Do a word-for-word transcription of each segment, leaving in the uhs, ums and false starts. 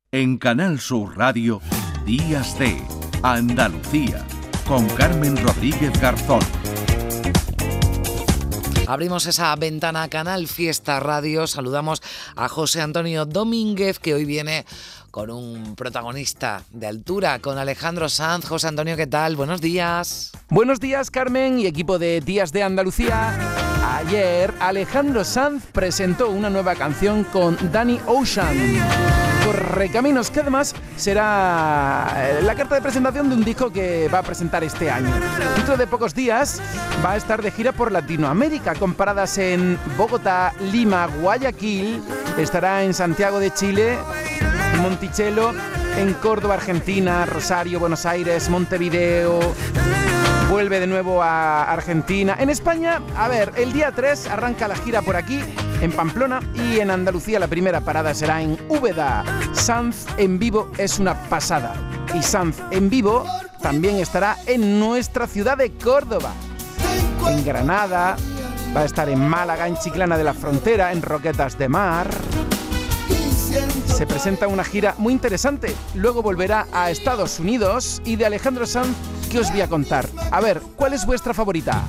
En Canal Sur Radio, Días de Andalucía, con Carmen Rodríguez Garzón. Abrimos esa ventana Canal Fiesta Radio. Saludamos a José Antonio Domínguez, que hoy viene con un protagonista de altura, con Alejandro Sanz. José Antonio, ¿qué tal? Buenos días. Buenos días, Carmen y equipo de Días de Andalucía. Ayer Alejandro Sanz presentó una nueva canción con Danny Ocean, Correcaminos, que además será la carta de presentación de un disco que va a presentar este año. Dentro de pocos días va a estar de gira por Latinoamérica, con paradas en Bogotá, Lima, Guayaquil. Estará en Santiago de Chile, Monticello, en Córdoba, Argentina, Rosario, Buenos Aires, Montevideo. Vuelve de nuevo a Argentina. En España, a ver, el día tres arranca la gira por aquí, en Pamplona, y en Andalucía la primera parada será en Úbeda. Sanz en vivo es una pasada. Y Sanz en vivo también estará en nuestra ciudad de Córdoba, en Granada, va a estar en Málaga, en Chiclana de la Frontera, en Roquetas de Mar. Se presenta una gira muy interesante. Luego volverá a Estados Unidos. Y de Alejandro Sanz, ¿qué os voy a contar? A ver, ¿cuál es vuestra favorita?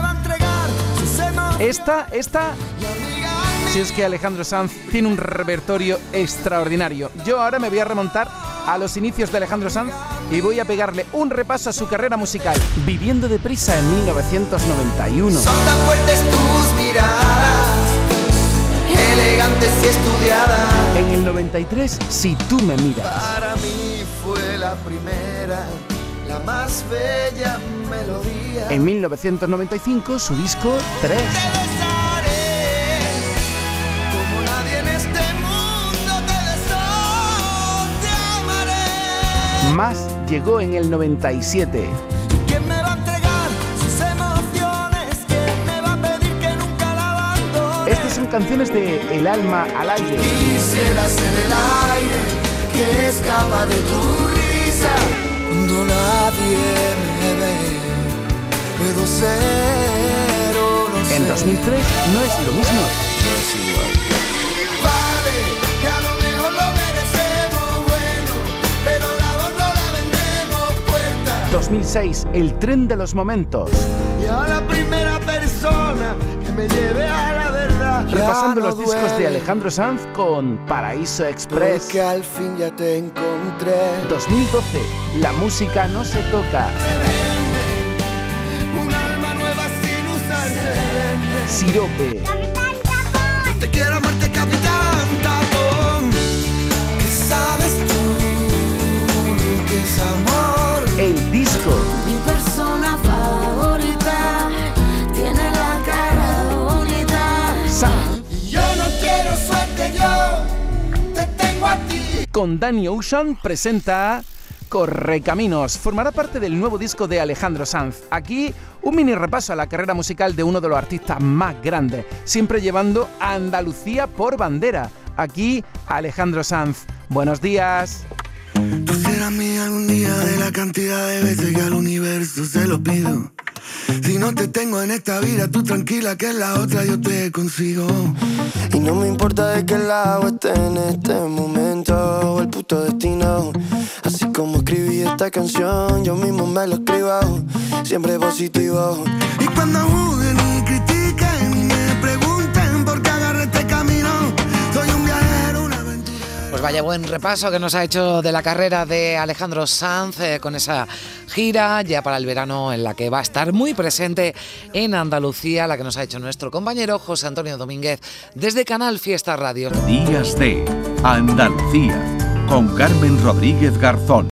Esta, esta... Si es que Alejandro Sanz tiene un repertorio extraordinario. Yo ahora me voy a remontar a los inicios de Alejandro Sanz y voy a pegarle un repaso a su carrera musical. Viviendo deprisa en mil novecientos noventa y uno. Son tan fuertes tus miradas, elegantes y estudiadas. En el noventa y tres, Si tú me miras. Para mí fue la primera, la más bella melodía. En mil novecientos noventa y cinco, su disco tres. Como nadie en este mundo te besó, te amaré. Más llegó en el noventa y siete. ¿Quién me va a entregar sus emociones? ¿Quién me va a pedir que nunca la abandone? Estas son canciones de El alma al aire. Quisiera ser el aire que escapa de tu risa. Cuando nadie me ve, puedo ser o no ser. En dos mil tres no es lo mismo. No es igual. Vale, que a lo mejor lo merecemos, bueno, pero la voz no la vendemos puerta. dos mil seis, El tren de los momentos. Y a la primera persona que me lleve a la verdad. Repasando Ya los no discos de duele, Alejandro Sanz con Paraíso Express. porque al fin ya te encontré. dos mil doce, La música no se toca. Un alma nueva sin usarse. Sirope. Te quiero amarte, capitán Tapón. ¿Qué sabes tú? ¿Qué es amor? El disco. Mi persona favorita tiene la cara bonita. Sanz. Yo no quiero suerte, yo te tengo a ti. Con Danny Ocean presenta Correcaminos. Formará parte del nuevo disco de Alejandro Sanz. Aquí un mini repaso a la carrera musical de uno de los artistas más grandes, siempre llevando a Andalucía por bandera. Aquí Alejandro Sanz. Buenos días. Tú serás mía algún día, de la cantidad de veces que al universo se lo pido. Si no te tengo en esta vida, tú tranquila que en la otra yo te consigo. Y no me importa de qué lado esté en este momento o el puto destino. Así como escribí esta canción, yo mismo me lo escribo, siempre positivo. Y cuando juzguen y critiquen y me pregunten por qué agarré este camino, soy un viajero, una aventura. Pues vaya buen repaso que nos ha hecho de la carrera de Alejandro Sanz, eh, con esa gira ya para el verano en la que va a estar muy presente en Andalucía, la que nos ha hecho nuestro compañero José Antonio Domínguez desde Canal Fiesta Radio. Días de Andalucía, con Carmen Rodríguez Garzón.